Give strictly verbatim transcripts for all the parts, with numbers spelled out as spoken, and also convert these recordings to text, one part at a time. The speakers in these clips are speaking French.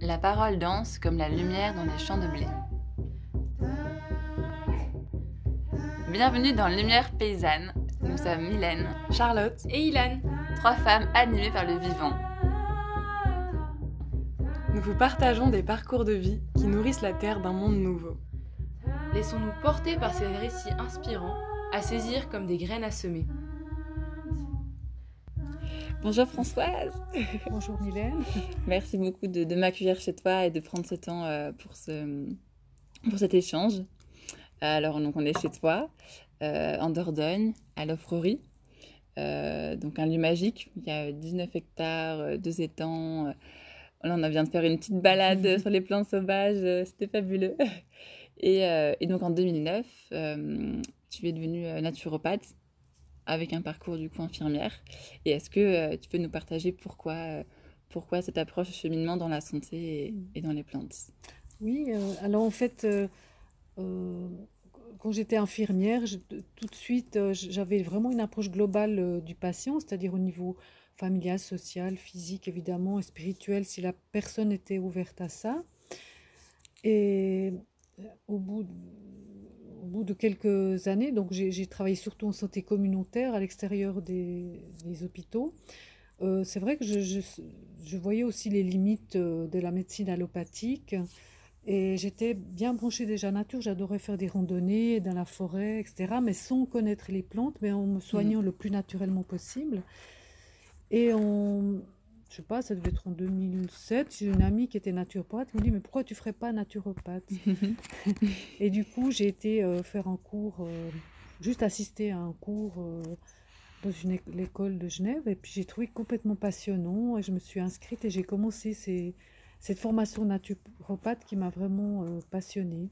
La parole danse comme la lumière dans les champs de blé. Bienvenue dans Lumière paysanne. Nous sommes Mylène, Charlotte et Ilan. Trois femmes animées par le vivant. Nous vous partageons des parcours de vie qui nourrissent la terre d'un monde nouveau. Laissons-nous porter par ces récits inspirants, à saisir comme des graines à semer. Bonjour Françoise. Bonjour Mylène. Merci beaucoup de, de m'accueillir chez toi et de prendre ce temps euh, pour, ce, pour cet échange. Alors, donc, on est chez toi, euh, en Dordogne, à l'Offrerie. Euh, donc, un lieu magique. Il y a dix-neuf hectares, deux étangs. Euh, là, on vient de faire une petite balade sur les plantes sauvages. C'était fabuleux. Et, euh, et donc, en deux mille neuf, euh, tu es devenue naturopathe avec un parcours du coup infirmière. Et est-ce que euh, tu peux nous partager pourquoi, euh, pourquoi cette approche de cheminement dans la santé et, et dans les plantes? Oui, euh, alors en fait, euh, euh, quand j'étais infirmière, je, tout de suite, euh, j'avais vraiment une approche globale euh, du patient, c'est-à-dire au niveau familial, social, physique évidemment, et spirituel, si la personne était ouverte à ça. Et au bout de, au bout de quelques années, donc j'ai, j'ai travaillé surtout en santé communautaire à l'extérieur des, des hôpitaux. Euh, c'est vrai que je, je, je voyais aussi les limites euh, de la médecine allopathique. Et j'étais bien branchée déjà nature, j'adorais faire des randonnées dans la forêt, et cetera, mais sans connaître les plantes, mais en me soignant mmh. le plus naturellement possible. Et en, je sais pas, ça devait être en deux mille sept, j'ai une amie qui était naturopathe, qui me dit, mais pourquoi tu ferais pas naturopathe? Et du coup, j'ai été euh, faire un cours, euh, juste assister à un cours euh, dans une é- l'école de Genève, et puis j'ai trouvé complètement passionnant, et je me suis inscrite, et j'ai commencé ces... cette formation naturopathe qui m'a vraiment euh, passionnée.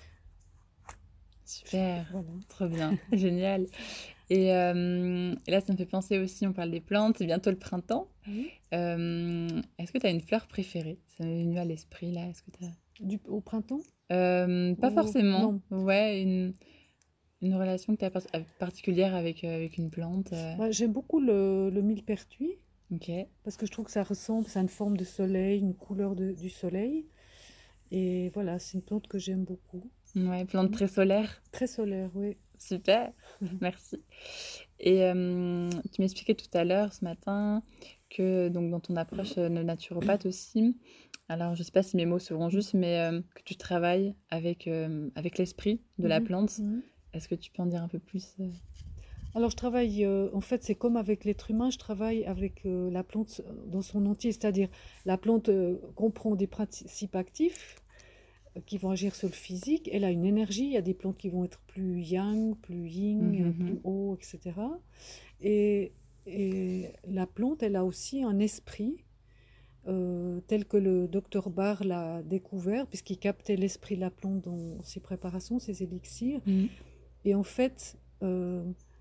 Super, voilà. Trop bien, génial. Et, euh, et là, ça me fait penser aussi, on parle des plantes, c'est bientôt le printemps. Oui. Euh, est-ce que tu as une fleur préférée? Ça m'est venu à l'esprit, là. Est-ce que t'as... Du, au printemps euh, Pas Ou... forcément. Non. Ouais, une, une relation que tu as particulière avec, euh, avec une plante. Euh... Bah, j'aime beaucoup le, le millepertuis. Ok. Parce que je trouve que ça ressemble, ça a une forme de soleil, une couleur de, du soleil. Et voilà, c'est une plante que j'aime beaucoup. Ouais, plante très solaire. Très solaire, oui. Super, merci. Et euh, tu m'expliquais tout à l'heure, ce matin, que donc, dans ton approche de naturopathe aussi, alors je ne sais pas si mes mots seront justes, mais euh, que tu travailles avec, euh, avec l'esprit de la plante. Mm-hmm. Est-ce que tu peux en dire un peu plus? Alors je travaille, euh, en fait c'est comme avec l'être humain, je travaille avec euh, la plante dans son entier, c'est-à-dire la plante euh, comprend des principes actifs euh, qui vont agir sur le physique, elle a une énergie, il y a des plantes qui vont être plus yang, plus yin, mm-hmm. plus haut, et cetera. Et, et la plante, elle a aussi un esprit, euh, tel que le docteur Barr l'a découvert, puisqu'il captait l'esprit de la plante dans ses préparations, ses élixirs. Mm-hmm. Et en fait... Euh,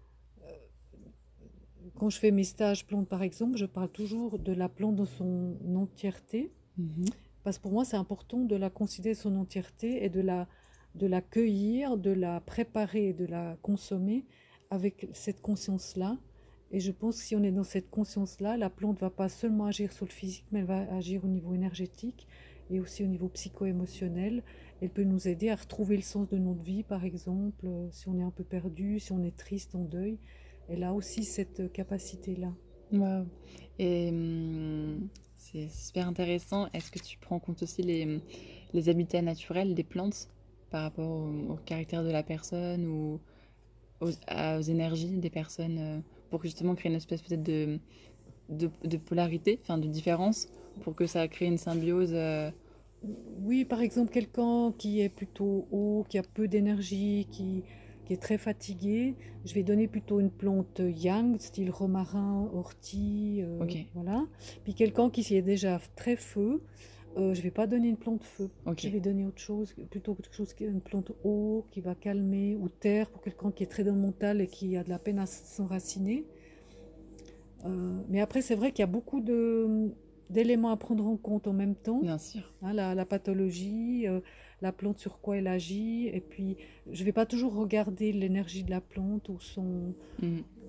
Quand je fais mes stages plantes, par exemple, je parle toujours de la plante dans son entièreté, mmh. parce que pour moi, c'est important de la considérer son entièreté et de la, de la cueillir, de la préparer et de la consommer avec cette conscience-là. Et je pense que si on est dans cette conscience-là, la plante ne va pas seulement agir sur le physique, mais elle va agir au niveau énergétique et aussi au niveau psycho-émotionnel. Elle peut nous aider à retrouver le sens de notre vie, par exemple, si on est un peu perdu, si on est triste, en deuil. Elle a aussi cette capacité-là. Wow. Et hum, c'est super intéressant. Est-ce que tu prends en compte aussi les, les habitats naturels des plantes par rapport au, au caractère de la personne ou aux, à, aux énergies des personnes euh, pour justement créer une espèce peut-être de, de, de polarité, enfin de différence, pour que ça crée une symbiose euh... Oui, par exemple, quelqu'un qui est plutôt haut, qui a peu d'énergie, qui... qui est très fatigué, je vais donner plutôt une plante yang, style romarin, ortie, euh, okay. Voilà. Puis quelqu'un qui est déjà très feu, euh, je ne vais pas donner une plante feu. Okay. Je vais donner autre chose, plutôt quelque chose qui est une plante eau, qui va calmer, ou terre pour quelqu'un qui est très dans le mental et qui a de la peine à s'enraciner. Euh, mais après, c'est vrai qu'il y a beaucoup de... d'éléments à prendre en compte en même temps. Bien sûr. Hein, la, la pathologie, euh, la plante sur quoi elle agit. Et puis, je ne vais pas toujours regarder l'énergie de la plante ou son, mm.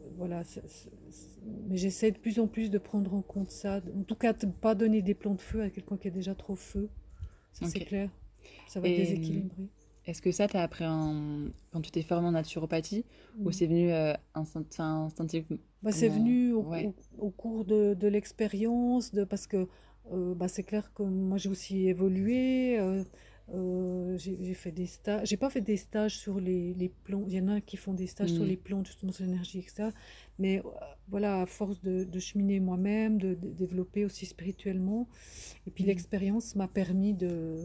voilà, c'est- c'est- c'est- mais j'essaie de plus en plus de prendre en compte ça. En tout cas, de ne pas donner des plans de feu à quelqu'un qui est déjà trop feu. Ça, c'est Ok. clair. Ça va Et euh, déséquilibrer. est-ce que ça, t'as appris en... quand tu t'es formé en naturopathie ou Mm. c'est venu euh, instinct... enfin, instinctivement? Bah, c'est venu au, Ouais. au- au cours de, de l'expérience, de, parce que euh, bah, c'est clair que moi j'ai aussi évolué. euh, euh, j'ai j'ai fait des stages. J'ai pas fait des stages sur les, les plantes. Il y en a qui font des stages sur Mm. les plantes, justement sur l'énergie, et cetera. Mais euh, voilà, à force de, de cheminer moi-même, de, de développer aussi spirituellement, et puis Mm. l'expérience m'a permis de,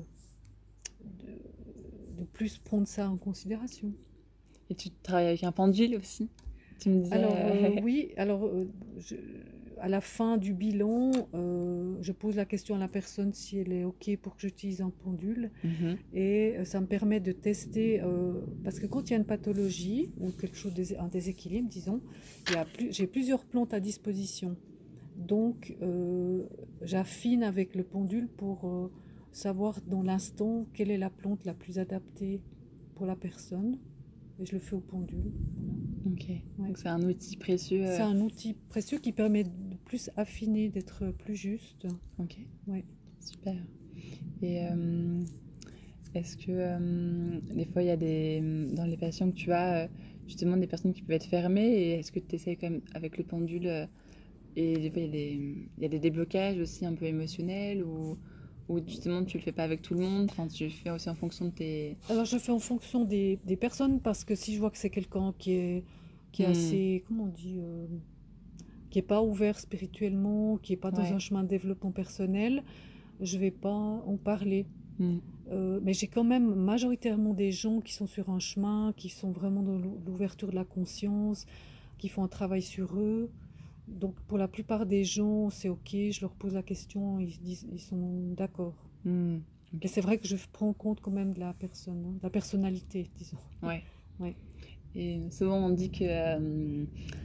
de, de plus prendre ça en considération. Et tu travailles avec un pendule aussi? Tu me disais. Alors euh, euh, oui, alors euh, je- à la fin du bilan, euh, je pose la question à la personne si elle est OK pour que j'utilise un pendule mhm. et euh, ça me permet de tester euh, parce que quand il y a une pathologie ou quelque chose, dés- un déséquilibre, disons, il y a plus, j'ai plusieurs plantes à disposition. Donc euh, j'affine avec le pendule pour euh, savoir dans l'instant quelle est la plante la plus adaptée pour la personne et je le fais au pendule. Voilà. Ok. Ouais. Donc c'est un outil précieux. C'est euh, un outil précieux qui permet de plus affiner, d'être plus juste. Ok. Ouais. Super. Et euh, est-ce que euh, des fois il y a des dans les patients que tu as euh, justement des personnes qui peuvent être fermées et est-ce que tu essaies quand même avec le pendule euh, et des fois il y a des il y a des déblocages aussi un peu émotionnels ou ou justement tu le fais pas avec tout le monde, enfin tu le fais aussi en fonction de tes. Alors je fais en fonction des, des personnes parce que si je vois que c'est quelqu'un qui est, qui est Hmm. assez, comment on dit, euh, qui est pas ouvert spirituellement, qui est pas dans Ouais. un chemin de développement personnel, je vais pas en parler. Hmm. Euh, mais j'ai quand même majoritairement des gens qui sont sur un chemin, qui sont vraiment dans l'ou- l'ouverture de la conscience, qui font un travail sur eux. Donc pour la plupart des gens, c'est OK, je leur pose la question, ils, se disent, ils sont d'accord. Hmm. Ok. Mais c'est vrai que je prends en compte quand même de la personne, hein, de la personnalité, disons. Ouais. Ouais. Et souvent on dit que euh,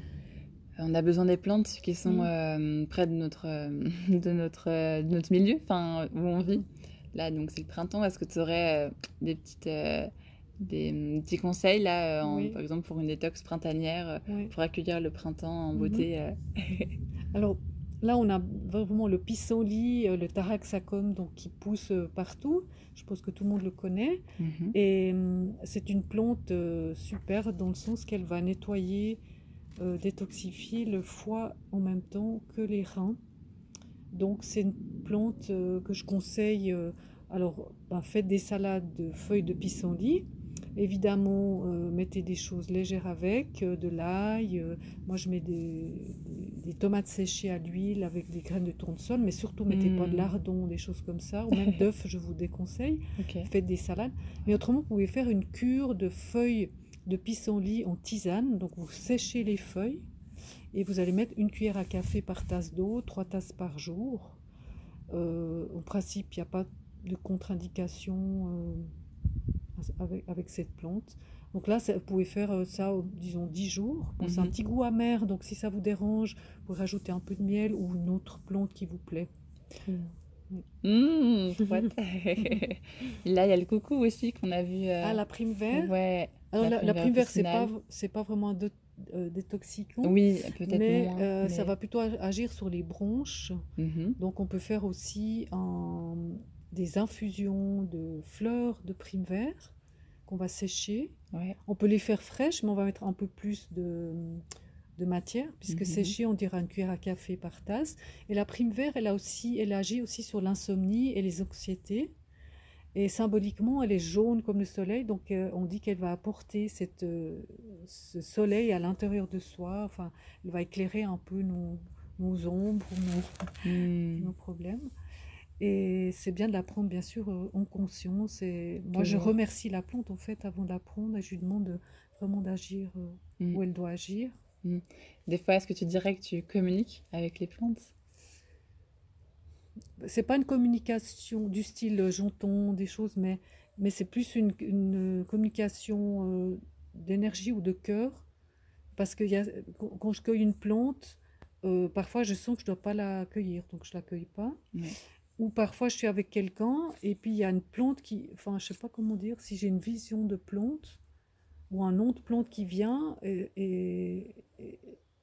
on a besoin des plantes qui sont Mm. euh, près de notre, euh, de, notre, euh, de notre milieu, enfin où on vit. Là, donc c'est le printemps. Est-ce que tu aurais euh, des, petites, euh, des mm, petits conseils, là, euh, en- Oui, par exemple pour une détox printanière, euh, oui. pour accueillir le printemps en Mhm. beauté euh. Alors là, on a vraiment le pissenlit, euh, le taraxacum, donc qui pousse euh, partout. Je pense que tout le monde le connaît. Mhm. Et hum, c'est une plante euh, super dans le sens qu'elle va nettoyer, euh, détoxifier le foie en même temps que les reins. Donc c'est une plante euh, que je conseille. euh, alors, ben, faites des salades de feuilles de pissenlit. Évidemment, euh, mettez des choses légères avec, euh, de l'ail. euh, moi, je mets des, des- des tomates séchées à l'huile avec des graines de tournesol, mais surtout, mettez pas de Mm. lardons, des choses comme ça, ou même d'œufs, je vous déconseille. Ok. Faites des salades. Mais autrement, vous pouvez faire une cure de feuilles de pissenlit en tisane. Donc, vous séchez les feuilles et vous allez mettre une cuillère à café par tasse d'eau, trois tasses par jour. Euh, en principe, il n'y a pas de contre-indication euh, avec, avec cette plante. Donc là, ça- vous pouvez faire euh, ça, euh, disons, dix jours. Bon, c'est un Mhm. petit goût amer, donc si ça vous dérange, vous pouvez rajouter un peu de miel ou une autre plante qui vous plaît. Mmh, trop hâte. Et là, il y a le coucou aussi qu'on a vu. euh, Ah, la prime vert. Ouais, Alors, la la, prime la vert prime vert, c'est pas, officinale. c'est pas vraiment un dé- euh, détoxicant, Oui, peut-être mais moins, euh, ça mais. va plutôt ag- agir sur les bronches. Mhm. Donc, on peut faire aussi un- des infusions de fleurs de prime vert qu'on va sécher. Ouais. On peut les faire fraîches, mais on va mettre un peu plus de, de matière, puisque Mhm. séchées, on dirait une cuillère à café par tasse. Et la prime vert, elle a aussi, elle agit aussi sur l'insomnie et les anxiétés. Et symboliquement, elle est jaune comme le soleil, donc euh, on dit qu'elle va apporter cette, euh, ce soleil à l'intérieur de soi. Enfin, elle va éclairer un peu nos, nos ombres, nos, Hmm. nos problèmes. Et c'est bien de la prendre, bien sûr, euh, en conscience. Et moi, je Toujours. remercie la plante, en fait, avant de la prendre, et je lui demande de- vraiment d'agir euh, Hmm. où elle doit agir. Hmm. Des fois, est-ce que tu dirais que tu communiques avec les plantes? C'est pas une communication du style euh, j'entends des choses, mais, mais c'est plus une, une communication euh, d'énergie ou de cœur. Parce que y a, quand quand je cueille une plante, euh, parfois je sens que je dois pas la cueillir, donc je la cueille pas. Ouais. Ou parfois je suis avec quelqu'un et puis il y a une plante qui, enfin je sais pas comment dire, si j'ai une vision de plante ou un nom de plante qui vient et, et- et-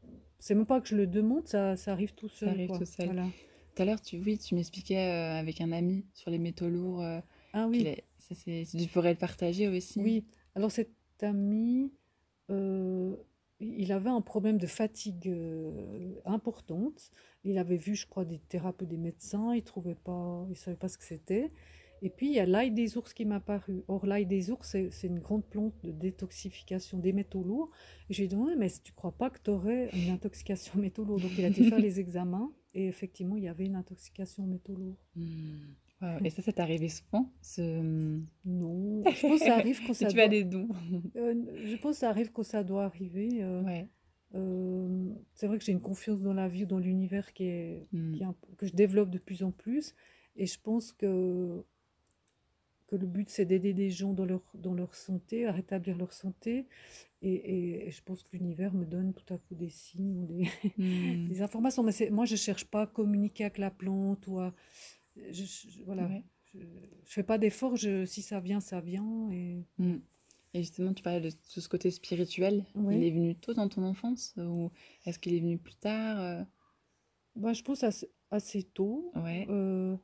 c'est même pas que je le demande, ça, ça arrive tout Ça seul, arrive quoi. tout seul. Voilà. Tout à l'heure, tu, oui, tu m'expliquais euh, avec un ami sur les métaux lourds euh, Ah qu'il oui, est, ça, c'est, tu pourrais le partager aussi. oui. Alors cet ami, euh, il avait un problème de fatigue euh, importante. Il avait vu, je crois, des thérapeutes, des médecins, il trouvait pas, il savait pas ce que c'était. Et puis il y a l'ail des ours qui m'a paru. Or l'ail des ours, c'est c'est une grande plante de détoxification des métaux lourds. Et je lui ai dit, ouais, mais tu crois pas que tu aurais une intoxication aux métaux lourds? Donc il a été faire les examens et effectivement, il y avait une intoxication aux métaux lourds. Hmm. Wow. Et ça, ça t'est arrivé souvent ce... Non, je pense que ça arrive quand Si ça tu as doit. des dons. Euh, je pense que ça arrive quand ça doit arriver. euh, Ouais. euh, c'est vrai que j'ai une confiance dans la vie, dans l'univers qui est, Hmm. qui est un peu- que je développe de plus en plus. Et je pense que, que le but, c'est d'aider des gens dans leur, dans leur santé, à rétablir leur santé. Et, et- et je pense que l'univers me donne tout à coup des signes ou des, Hmm. des informations. Mais c'est- moi, je ne cherche pas à communiquer avec la plante ou à. Je, je- voilà. Ouais. Je ne fais pas d'effort. Je, si ça vient, ça vient. Et... Hmm. Et justement, tu parlais de tout ce côté spirituel. Il Ouais. est venu tôt dans ton enfance ou est-ce qu'il est venu plus tard euh Bah, je pense assez, assez tôt. Ouais. Euh,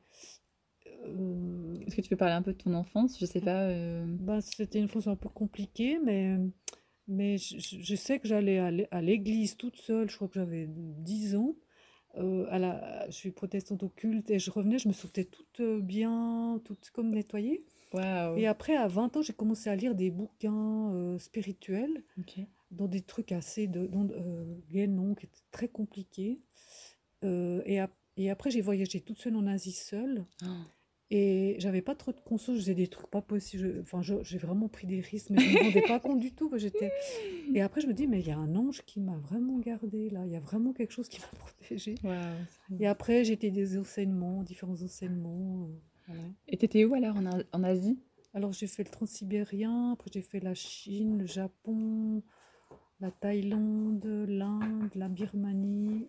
euh, Est-ce que tu peux parler un peu de ton enfance? Je sais pas. euh, bah, c'était une phase un peu compliquée, mais, mais je, je- je sais que j'allais à l'é- à l'église toute seule. Je crois que j'avais dix ans. Euh, à la, je suis protestante au culte et je revenais, je me sentais toute euh, bien, toute comme nettoyée. Waouh. Et après, à vingt ans, j'ai commencé à lire des bouquins euh, spirituels Ok. dans des trucs assez de, dans, euh, guénon, qui étaient très compliqués. Euh, et, ap- et après, j'ai voyagé toute seule en Asie seule. Ah. Et j'avais pas trop de conscience, je faisais des trucs pas possibles. Je- Enfin, je- j'ai vraiment pris des risques, mais je me rendais pas compte du tout que j'étais. Et après, je me dis, mais il y a un ange qui m'a vraiment gardée là. Il y a vraiment quelque chose qui m'a protégée. Waouh. c'est- Et après, j'ai été des enseignements, différents enseignements. euh, voilà. Et t'étais où alors en, A- en Asie? Alors, j'ai fait le transsibérien, après, j'ai fait la Chine, le Japon, la Thaïlande, l'Inde, la Birmanie.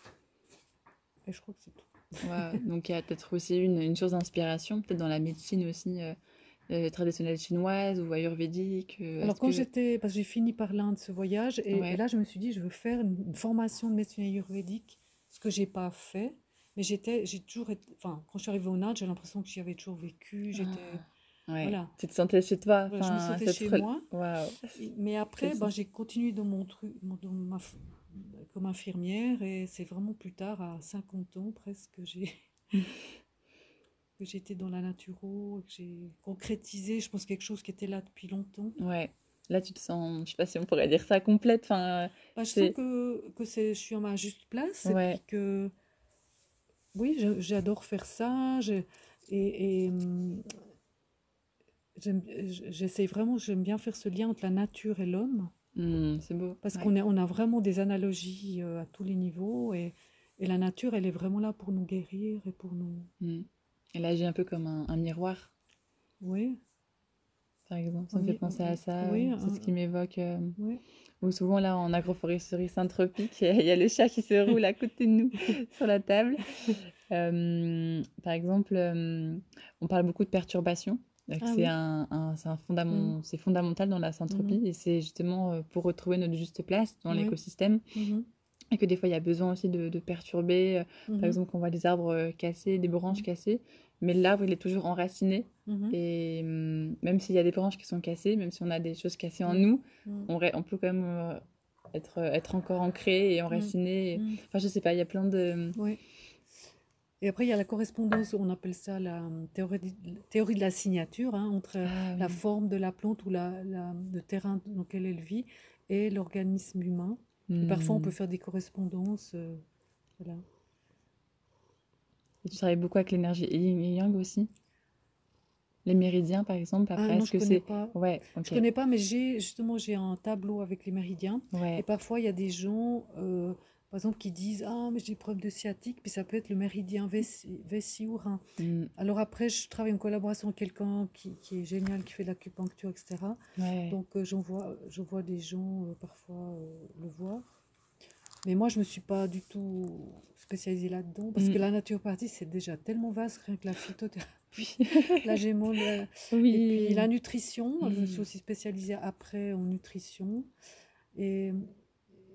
Et je crois que c'est tout. Waouh. Donc il y a peut-être aussi une, une source d'inspiration, peut-être dans la médecine aussi euh, euh, traditionnelle chinoise ou ayurvédique. euh, Alors est-ce quand que... j'étais, parce que j'ai fini par l'Inde ce voyage, et, et Ouais. là je me suis dit je veux faire une, une formation de médecine ayurvédique, ce que j'ai pas fait, mais j'étais, j'ai toujours été, enfin quand je suis arrivée en Inde, j'ai l'impression que j'y avais toujours vécu, j'étais, Ah, ouais. voilà, Tu te sentais chez toi. Voilà, je me Enfin, sentais cette chez rel- moi. Waouh. Et- mais après Quel ben, sens. j'ai continué dans mon truc, mon- dans ma, f- comme infirmière, et c'est vraiment plus tard, à cinquante ans presque, que j'ai que j'étais dans la naturo, et que j'ai concrétisé, je pense, quelque chose qui était là depuis longtemps. Ouais. Là, tu te sens, je sais pas si on pourrait dire ça complète. Enfin, Bah, je sens c'est. que, que c'est, je suis à ma juste place, et Ouais. puis que oui, je- j'adore faire ça. je- et et, hum, j'aime- j'essaie vraiment, j'aime bien faire ce lien entre la nature et l'homme, Hmm, c'est beau. parce Ouais. qu'on est, on a vraiment des analogies euh, à tous les niveaux, et, et la nature, elle est vraiment là pour nous guérir et pour nous. Hmm. Elle agit un peu comme un, un miroir, Oui, par exemple. Ça me oui, fait penser à ça. oui, euh, C'est ce qui un- m'évoque. euh, oui. Ou souvent, là, en agroforesterie synthropique, il y a le chat qui se roule à côté de nous sur la table. Euh, par exemple, euh, on parle beaucoup de perturbation. euh, que Ah C'est oui. un, un- c'est un Mm. fondament, c'est fondamental dans la synthropie Mhm. et c'est justement euh, pour retrouver notre juste place dans Oui. l'écosystème Mhm. et que des fois il y a besoin aussi de, de perturber. euh, Par Mhm. exemple, qu'on voit des arbres euh, cassés, des branches Mhm. cassées, mais l'arbre il est toujours enraciné Mhm. et hum, même s'il y a des branches qui sont cassées, même si on a des choses cassées en Mm. nous, Mm. on, re- on peut quand même euh, être, être encore ancré et Mm. enraciné. et- Mm. Enfin, je sais pas, il y a plein de. Oui. Et après, il y a la correspondance, on appelle ça la hum, théorie, de- théorie de la signature, hein, entre Ah la oui. forme de la plante ou la, la- le terrain dans lequel elle vit et l'organisme humain. Et parfois, on peut Hmm. faire des correspondances. euh, voilà. Et tu travailles beaucoup avec l'énergie yin et yang aussi. Les méridiens, par exemple. Ah Après, non, est-ce je que connais c'est. pas. Ouais, Je ok. connais pas, mais j'ai justement j'ai un tableau avec les méridiens. Et Ouais. parfois, il y a des gens, euh, par exemple, qui disent ah mais j'ai des problèmes de sciatique, puis ça peut être le méridien vessie, vessie ou rein. Hmm. Alors après, je travaille en collaboration avec quelqu'un qui, qui est génial, qui fait de l'acupuncture, et cetera. Ouais. Donc euh, j'en vois, je vois des gens euh, parfois euh, le voir. Mais moi, je me suis pas du tout spécialisée là-dedans parce que Hmm. la naturopathie, c'est déjà tellement vaste, rien que la phytothérapie, Oui. la gémo, la- et puis Oui. la nutrition. Je me suis Hmm. aussi spécialisée après en nutrition. Et,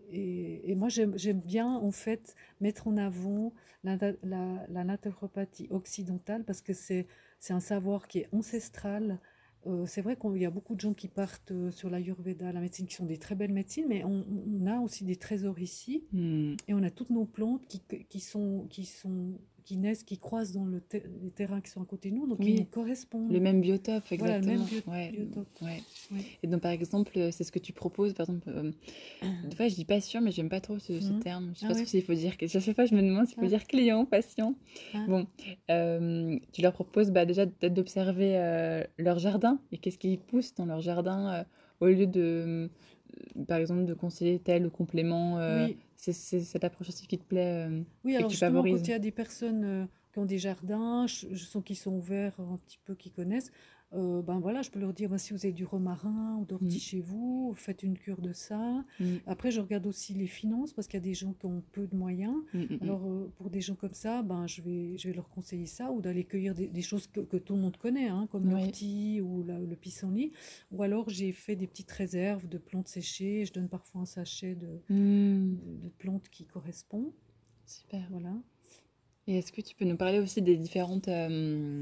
et, et moi, j'aime, j'aime bien, en fait, mettre en avant la, la, la naturopathie occidentale parce que c'est, c'est un savoir qui est ancestral. Euh, c'est vrai qu'il y a beaucoup de gens qui partent euh, sur l'Ayurveda, la médecine, qui sont des très belles médecines, mais on, on a aussi des trésors ici. Hmm. Et on a toutes nos plantes qui, qui sont, qui sont, qui naissent, qui croisent dans le ter- les terrains qui sont à côté de nous, donc qui nous Oui, correspondent. le même biotope, Voilà, le même exactement. bio- Ouais, biotope. ouais. Oui. Et donc, par exemple, euh, c'est ce que tu proposes. Par exemple, euh, des fois, je dis patient, mais j'aime pas trop ce, ce Mhm. terme. Je sais Ah pas trop ouais. s'il faut dire. À chaque fois, je me demande s'il faut Ah. dire client, patient. Ah. Bon, euh, tu leur proposes bah, déjà peut-être d'observer euh, leur jardin et qu'est-ce qui pousse dans leur jardin euh, au lieu de, euh, par exemple, de conseiller tel ou complément. euh, Oui, c'est c'est cette approche aussi qui te plaît euh, oui, et que alors tu justement, quand favorises. il y a des personnes euh, qui ont des jardins, je, je sens qu'ils sont ouverts un petit peu, qui connaissent, euh, ben voilà, je peux leur dire, ben, si vous avez du romarin ou Mm, d'ortie chez vous, faites une cure de ça. mm, Après, je regarde aussi les finances parce qu'il y a des gens qui ont peu de moyens. mm, mm, mm. Alors, euh, pour des gens comme ça, ben, je vais, je vais leur conseiller ça ou d'aller cueillir des, des choses que, que tout le monde connaît, hein, comme Oui. l'ortie ou la- le pissenlit. Ou alors, j'ai fait des petites réserves de plantes séchées. Je donne parfois un sachet de, Mm, de, de plantes qui correspondent. super. Voilà. Et est-ce que tu peux nous parler aussi des différentes, euh,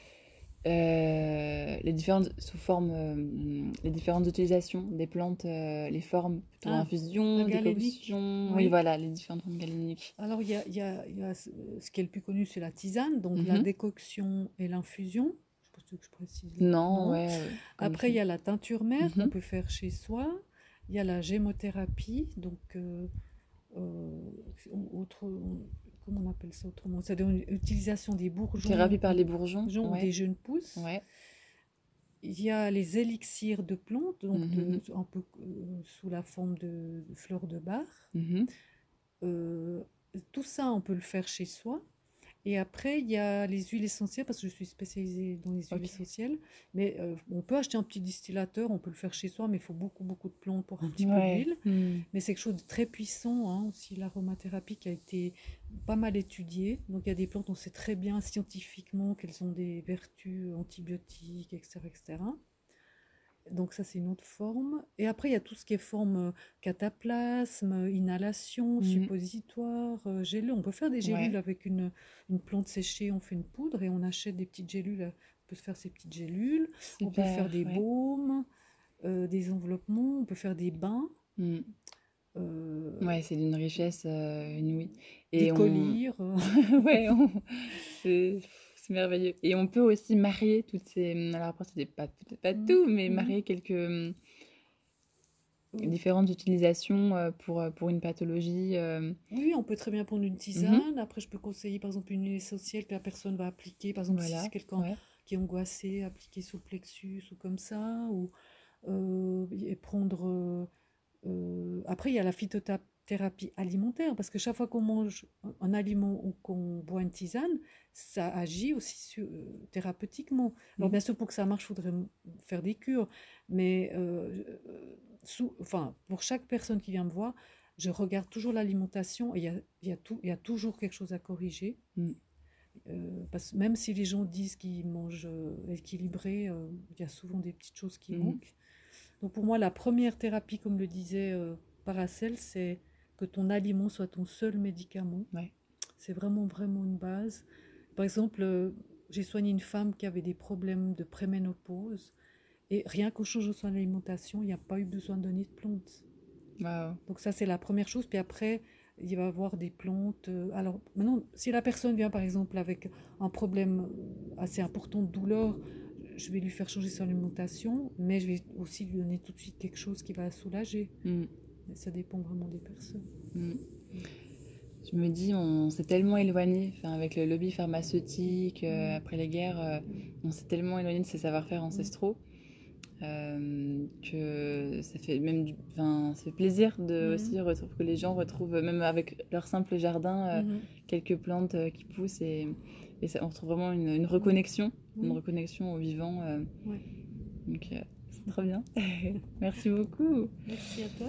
euh, les différentes sous formes, euh, les différentes utilisations des plantes, euh, les formes plutôt Ah, infusion, la galénique, décoction, oui oui. voilà, les différentes formes galéniques. Alors, il y a, il y a- il y a ce ce qui est le plus connu, c'est la tisane, donc la Mhm. décoction et l'infusion. Je pense que je précise. le- Non, Non. ouais, euh, comme Après, il tu. y a la teinture mère qu'on Mhm. peut faire chez soi. Il y a la gémothérapie, donc euh, euh, autre, comment on appelle ça autrement? C'est-à-dire une utilisation des Thérapie bourgeons par ou, les bourgeons, bourgeons ou ouais, des jeunes pousses. ouais. Il y a les élixirs de plantes, donc de, Mhm. un peu euh, sous la forme de, de fleurs de bar. Mhm. Euh, Tout ça, on peut le faire chez soi. Et après, il y a les huiles essentielles, parce que je suis spécialisée dans les huiles Ok. essentielles. Mais euh, on peut acheter un petit distillateur, on peut le faire chez soi, mais il faut beaucoup, beaucoup de plantes pour un petit peu Ouais. d'huile. Hmm. Mais c'est quelque chose de très puissant, hein, aussi l'aromathérapie qui a été pas mal étudiée. Donc il y a des plantes, on sait très bien scientifiquement qu'elles ont des vertus antibiotiques, et cetera, et cetera. Donc ça, c'est une autre forme. Et après, il y a tout ce qui est forme euh, cataplasme, euh, inhalation, Mhm. suppositoire, euh, gélule. On peut faire des gélules Ouais, avec une, une plante séchée, on fait une poudre et on achète des petites gélules. On peut se faire ces petites gélules. On peut faire super, des ouais. baumes, euh, des enveloppements, on peut faire des bains, Hmm. euh, Ouais, c'est d'une richesse euh, inouïe. des Et on, collyres. euh. ouais, on- c'est c'est merveilleux. Et on peut aussi marier toutes ces. Alors après, c'est pas, peut-être pas Mhm, tout, mais mhm. marier quelques hum, Euh, différentes utilisations euh, pour, euh, pour une pathologie. euh, Oui, on peut très bien prendre une mhm. tisane. Après, je peux conseiller par exemple une huile essentielle que la personne va appliquer. Par exemple, si c'est Voilà, quelqu'un ouais. qui est angoissé, appliquer sous le plexus ou comme ça. Ou euh, et prendre. euh, euh, Après, il y a la phytothérapie alimentaire parce que chaque fois qu'on mange un un aliment ou qu'on boit une tisane, ça agit aussi sur- euh, thérapeutiquement. Alors, Mhm. bien sûr, pour que ça marche, il faudrait m- faire des cures. Mais euh, euh, sous- enfin, pour chaque personne qui vient me voir, je regarde toujours l'alimentation et il y a, il y a tout- il y a toujours quelque chose à corriger. Mm. Euh, parce que même si les gens disent qu'ils mangent euh, équilibré, euh, il y a souvent des petites choses qui Mhm. manquent. Donc pour moi, la première thérapie, comme le disait euh, Paracel, c'est que ton aliment soit ton seul médicament. Ouais. C'est vraiment, vraiment une base. Par exemple, euh, j'ai soigné une femme qui avait des problèmes de préménopause. Et rien qu'au change de son alimentation, il n'y a pas eu besoin de donner de plantes. Waouh. Donc ça, c'est la première chose. Puis après, il va y avoir des plantes. euh, Alors maintenant, si la personne vient par exemple avec un problème assez important de douleur, je vais lui faire changer son alimentation, mais je vais aussi lui donner tout de suite quelque chose qui va la soulager. Mm. Mais ça dépend vraiment des personnes. Mm. Je me dis, on s'est tellement éloigné, enfin, avec le lobby pharmaceutique, euh, Mm. après les guerres, euh, on s'est tellement éloigné de ces savoir-faire ancestraux euh, que ça fait même du, enfin, ça fait plaisir de Mhm. aussi retrouver que les gens retrouvent même avec leur simple jardin euh, Mhm. quelques plantes euh, qui poussent et, et ça, on retrouve vraiment une, une reconnexion, une Oui. reconnexion au vivant. euh, Ouais. donc euh, c'est trop bien. Merci beaucoup. Merci à toi.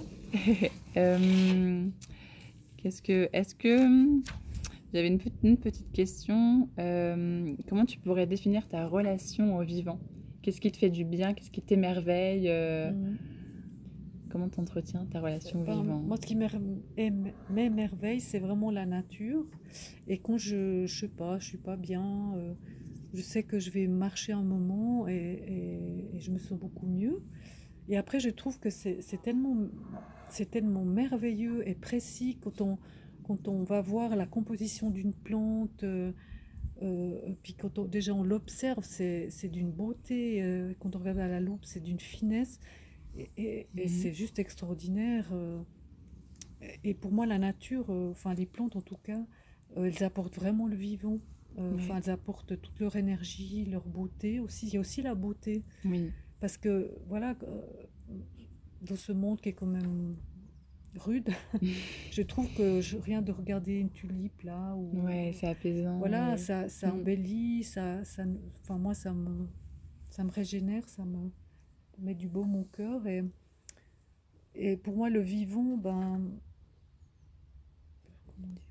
Euh, qu'est-ce que, est-ce que j'avais une, pe- une petite question. Euh, comment tu pourrais définir ta relation au vivant? Qu'est-ce qui te fait du bien? Qu'est-ce qui t'émerveille? euh, Mhm. comment tu entretiens ta relation au Ben, vivant? moi, ce qui m'émer- éme- m'émerveille, c'est vraiment la nature. Et quand je, je sais pas, je suis pas bien, euh, je sais que je vais marcher un moment et, et- et je me sens beaucoup mieux. Et après, je trouve que c'est c'est tellement, c'est tellement merveilleux et précis quand on, quand on va voir la composition d'une plante. Euh, euh, puis quand on- déjà on l'observe, c'est c'est d'une beauté. Euh, quand on regarde à la loupe, c'est d'une finesse. Et, et- et Mhm. c'est juste extraordinaire. euh. Et pour moi, la nature, euh, enfin les plantes en tout cas, euh, elles apportent vraiment le vivant. Euh, Enfin, Ouais. elles apportent toute leur énergie, leur beauté aussi. Il y a aussi la beauté. Oui. Parce que, voilà, euh, dans ce monde qui est quand même rude, je trouve que je- rien de regarder une tulipe là, ou Ouais, c'est apaisant. voilà, Et... ça, ça Mm. embellit, ça, ça, enfin moi, ça me, ça me régénère, ça me met du baume au cœur. Et, et pour moi, le vivant, ben, comment dire,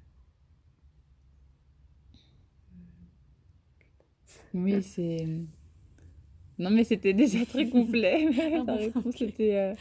Oui, c'est... Non, mais c'était déjà très complet. ah Ta bon, réponse ok. était... euh,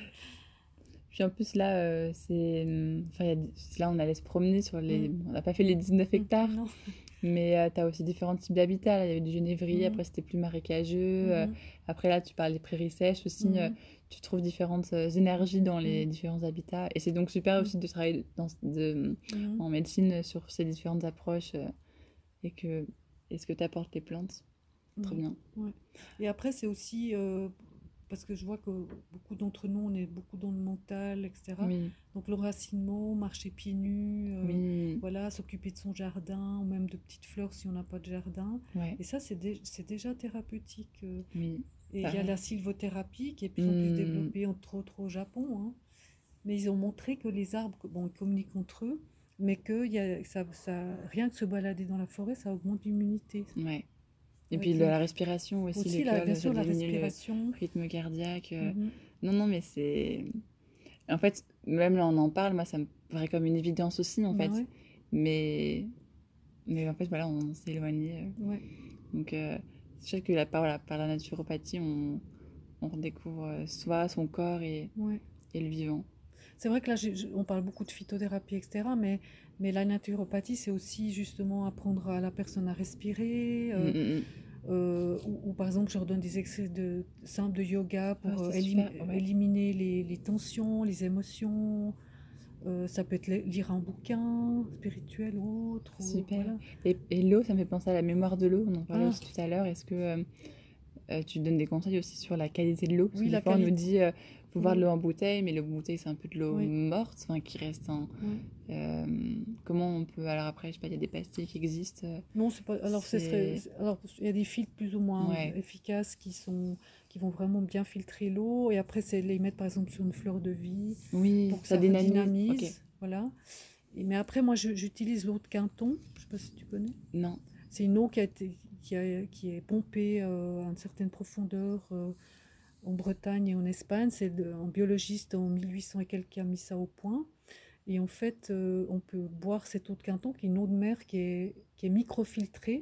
Puis en plus, là, euh, c'est... hum, Enfin, il y a des- là, on allait se promener sur les... Mm, On n'a pas fait les dix-neuf mm, hectares, non. mais tu as aussi différents types d'habitats. Là, il y avait du genévrier, Mm, après, c'était plus marécageux. euh, mhm, Après, là, tu parles des prairies sèches aussi. euh, mhm, Tu trouves différentes euh, énergies dans les mm, différents habitats. Et c'est donc super mm, aussi de travailler dans, de, mhm, en médecine sur ces différentes approches euh, et que... Et ce que t'apportent les plantes. Trop ouais, bien. ouais. Et après, c'est aussi, euh, parce que je vois que beaucoup d'entre nous, on est beaucoup dans le mental, et cetera. Oui, Donc l'enracinement, marcher pieds nus, euh, oui, voilà, s'occuper de son jardin, ou même de petites fleurs si on n'a pas de jardin. ouais, Et ça, c'est dé- c'est déjà thérapeutique. euh. oui. Et il y a Pareil. la sylvothérapie qui est de plus en plus Hmm, développée, entre autres au Japon, hein. Mais ils ont montré que les arbres, bon, ils communiquent entre eux, mais que il y a, ça, ça, rien que se balader dans la forêt, ça augmente l'immunité. ouais. Et puis Avec de les, la respiration aussi, le aussi, la, cœur, bien ça sûr, la diminue le respiration. rythme cardiaque. euh. Mhm. Non, non, mais c'est... En fait, même là, on en parle, moi, ça me paraît comme une évidence aussi, en Ben fait. ouais, Mais, mais en fait, voilà, on s'est éloigné. euh. ouais. Donc, euh, c'est sûr que la, par, voilà, par la naturopathie, on, on redécouvre euh, soi, son corps et, Ouais. et le vivant. C'est vrai que là, j'ai- je- on parle beaucoup de phytothérapie, et cetera. Mais, mais la naturopathie, c'est aussi justement apprendre à la personne à respirer. Mm, euh, mm, mm. euh, ou, ou par exemple, je leur donne des exercices de, simples de yoga Ah, pour euh, c'est élim- super, ouais. éliminer les, les tensions, les émotions. Euh, ça peut être li- lire un bouquin spirituel ou autre. Ou, Super. voilà. Et, et l'eau, ça me fait penser à la mémoire de l'eau. On en parlait Ah, aussi tout à l'heure. Est-ce que euh, euh, tu donnes des conseils aussi sur la qualité de l'eau? Parce oui, que des la fois, on nous qualité. dit, euh, faut boire de Oui, l'eau en bouteille, mais l'eau en bouteille, c'est un peu de l'eau oui, morte, enfin, qui reste en... oui. euh, comment on peut... Alors après, je sais pas, il y a des pastilles qui existent. euh, Non, c'est pas. Alors, ce serait. C'est... c'est- Alors, il y a des filtres plus ou moins Ouais. efficaces qui sont, qui vont vraiment bien filtrer l'eau. Et après, c'est les mettre par exemple sur une fleur de vie Oui, pour que ça ça dynamise. Ok. redynamise. Voilà. Et- mais après, moi, je- j'utilise l'eau de Quinton. Je sais pas si tu connais. Non. C'est une eau qui a été, qui a- qui est pompée euh, à une certaine profondeur euh, en Bretagne et en Espagne. C'est de- un biologiste en mille huit cents et quelques qui a mis ça au point. Et en fait, euh, on peut boire cette eau de Quinton, qui est une eau de mer qui est, qui est microfiltrée.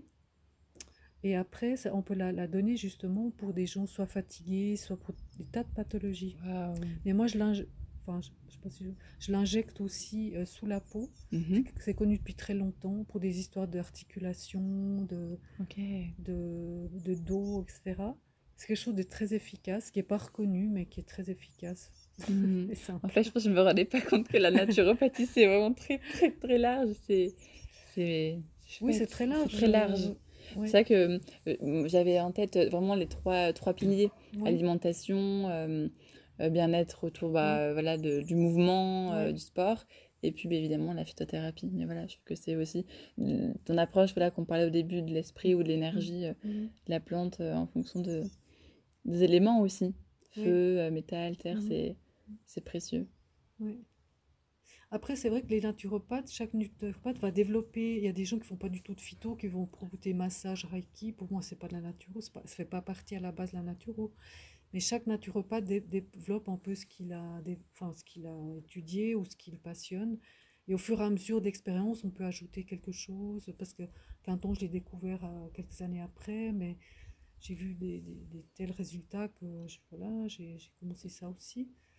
Et après, ça- on peut la, la donner justement pour des gens soit fatigués, soit pour des tas de pathologies. Waouh. Mais moi, je l'injecte, enfin, je, je sais pas si je, je l'injecte aussi euh, sous la peau. Mhm. C'est c'est connu depuis très longtemps pour des histoires d'articulation, de, Ok. de, de dos, et cetera. C'est quelque chose de très efficace, qui n'est pas reconnu, mais qui est très efficace Mhm. et En simple. fait, je pense que je me rendais pas compte que la naturopathie, c'est vraiment très, très, très large. C'est, c'est, c'est Oui, c'est chouette. très C'est large. très large. euh, C'est ouais, ça que euh, j'avais en tête euh, vraiment les trois, trois piliers. ouais, Alimentation, euh, euh, bien-être autour bah, ouais, euh, voilà, de- du mouvement, euh, ouais. du sport. Et puis bah, évidemment la phytothérapie. Mais voilà, je trouve que c'est aussi euh, ton approche voilà, qu'on parlait au début de l'esprit ou de Mm, l'énergie, euh, mhm, de la plante euh, en fonction de, des éléments aussi. oui, Feu, euh, métal, terre, mhm, c'est, c'est précieux. oui. Après, c'est vrai que les naturopathes, chaque naturopathe va développer. Il y a des gens qui font pas du tout de phyto, qui vont proposer massage, reiki. Pour moi, c'est pas de la naturo, c'est pas, ça fait pas partie à la base de la naturo. Mais chaque naturopathe dé- développe un peu ce qu'il a, dé- enfin, ce qu'il a étudié ou ce qui le passionne. Et au fur et à mesure d'expérience, on peut ajouter quelque chose. Parce que Quinton, je l'ai découvert euh, quelques années après, mais j'ai vu des, des- des tels résultats que je- voilà, j'ai j'ai commencé ça aussi.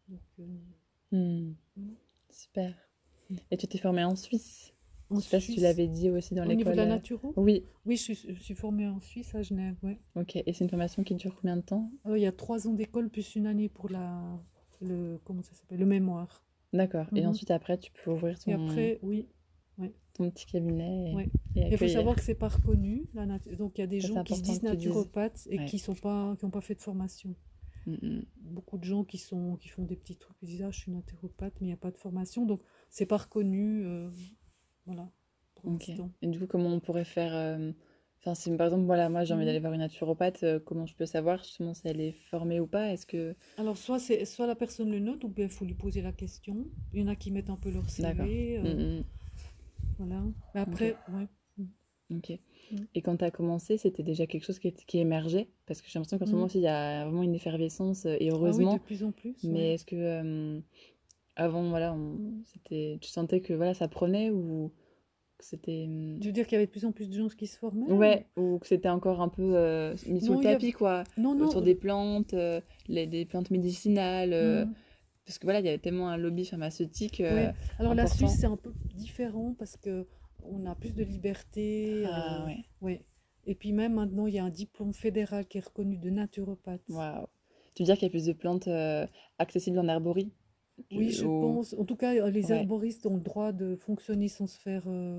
Donc, euh, Hmm. Mm. Super. Et tu t'es formée en Suisse? en Je sais pas si tu Suisse, l'avais dit aussi dans au niveau de l'école. la euh, naturo, Oui, oui, je suis, je suis formée en Suisse, à Genève, ouais. ok. Et c'est une formation qui dure combien de temps? Euh, Il y a trois ans d'école plus une année pour la, le, comment ça s'appelle, le mémoire. D'accord. Et Mhm. ensuite, après, tu peux ouvrir Et ton, après, oui, ton petit cabinet et, ouais. et Il faut accueillir. savoir que c'est pas reconnu, la nat- donc il y a des Ça, c'est gens qui se important disent que tu dises. naturopathes et Ouais. qui sont pas, qui n'ont pas fait de formation. Mm, mm. Beaucoup de gens qui sont, qui font des petits trucs, qui disent ah je suis naturopathe, mais il n'y a pas de formation, donc c'est pas reconnu, euh, voilà, pour Ok. l'instant. Et du coup, comment on pourrait faire euh, Enfin, si par exemple, voilà, moi j'ai envie Mhm. d'aller voir une naturopathe, euh, comment je peux savoir justement si elle est formée ou pas? Est-ce que. Alors soit c'est, soit la personne le note, ou bien il faut lui poser la question. Il y en a qui mettent un peu leur D'accord. C V, euh, Mm, mm. voilà. Mais après, ouais. Ok. Mm. Et quand tu as commencé, c'était déjà quelque chose qui, est- qui émergeait? Parce que j'ai l'impression qu'en ce Mm. moment aussi, il y a vraiment une effervescence, euh, et Ah oui, de heureusement. plus en plus, Mais ouais. est-ce que euh, avant, voilà, on- c'était, tu sentais que voilà, ça prenait ou que c'était. hum, Tu veux dire qu'il y avait de plus en plus de gens qui se formaient, ou... Ouais, ou que c'était encore un peu euh, mis sous Non, le il y a... tapis, quoi, Non, euh, non. sur des plantes, euh, les, des plantes médicinales. euh, Mm. parce que voilà, il y avait tellement un lobby pharmaceutique euh, Ouais. Alors la important. Suisse, c'est un peu différent parce que on a plus de liberté. Ah euh, ouais, ouais. Et puis même maintenant, il y a un diplôme fédéral qui est reconnu de naturopathe. waouh. Tu veux dire qu'il y a plus de plantes euh, accessibles en herborie? Oui, Tu- je ou- pense. En tout cas, euh, les Ouais. herboristes ont le droit de fonctionner sans se faire, euh,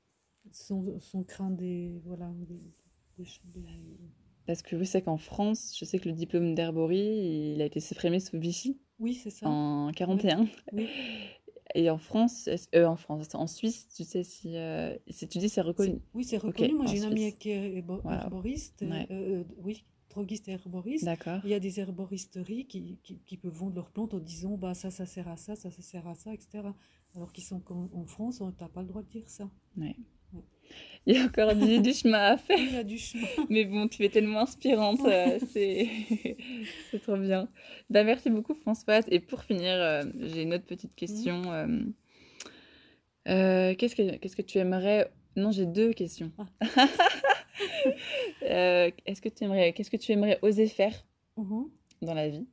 sans, sans craindre des, voilà, des, des ch- des- Parce que oui, c'est qu'en France, je sais que le diplôme d'herborie, il a été supprimé sous Vichy Oui, c'est ça. en quarante et un. Oui. Et en France, est-ce- euh, en France, en Suisse, tu sais si, euh, si tu dis c'est C'est- reconnu. Oui, c'est Ok, reconnu. Moi, en j'ai une amie Suisse. qui est herbo- Wow. herboriste, euh, Ouais. euh, oui, droguiste et herboriste. D'accord. Il y a des herboristeries qui, qui, qui peuvent vendre leurs plantes en disant bah, ça, ça sert à ça, ça, ça sert à ça, et cetera. Alors qu'ils sont qu'en- en France, on n'a pas le droit de dire ça. Ouais. Ouais. Il y a encore du, du chemin à faire. Oui, il y a du chemin. Mais bon, tu es tellement inspirante, euh, c'est c'est trop bien. Bah, merci beaucoup Françoise. Et pour finir, euh, j'ai une autre petite question. euh, euh, qu'est-ce que, qu'est-ce que tu aimerais... Non, j'ai deux questions. Ah. Euh, est-ce que tu aimerais, qu'est-ce que tu aimerais oser faire Mhm. dans la vie?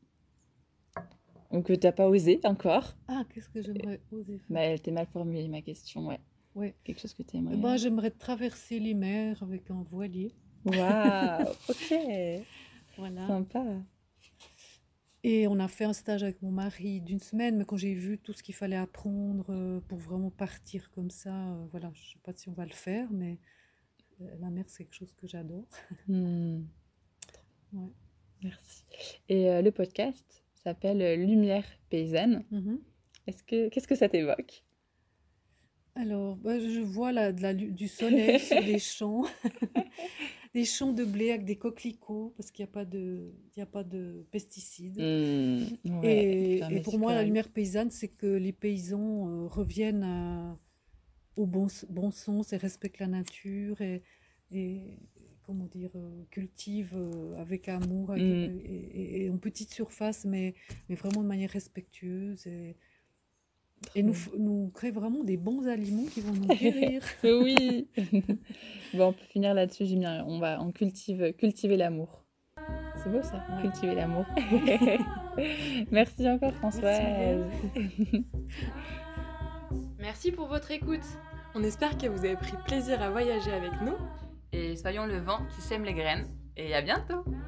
Ou que tu n'as pas osé encore? Ah, qu'est-ce que j'aimerais oser faire? Bah, elle était mal formulée, ma question, ouais. Ouais. Quelque chose que tu Eh aimerais... ben, j'aimerais traverser les mers avec un voilier. Waouh, ok, Voilà. sympa. Et on a fait un stage avec mon mari d'une semaine, mais quand j'ai vu tout ce qu'il fallait apprendre euh, pour vraiment partir comme ça, euh, voilà, je ne sais pas si on va le faire, mais euh, la mer, c'est quelque chose que j'adore. Hmm. Ouais. Merci. Et euh, le podcast s'appelle euh, Lumière paysanne. Mhm. Est-ce que qu'est-ce que ça t'évoque? Alors, bah, je vois là, de la lu- du soleil sur des champs, des champs de blé avec des coquelicots, parce qu'il n'y a pas de, il y a pas de pesticides. Hmm, ouais, Et, faire et mes pour moi, la super- lumière paysanne, c'est que les paysans euh, reviennent à- au bon, s- bon sens et respectent la nature et, et comment dire, euh, cultivent euh, avec amour avec- Mm. et, et- et en petite surface, mais, mais vraiment de manière respectueuse. Et, et nous, f- nous créent vraiment des bons aliments qui vont nous guérir. Oui. Bon, on peut finir là-dessus, j'ai bien. On va, on cultive, cultiver l'amour. C'est beau ça, Ouais. cultiver l'amour. Merci encore Françoise. Merci pour votre écoute. On espère que vous avez pris plaisir à voyager avec nous. Et soyons le vent qui sème les graines. Et à bientôt.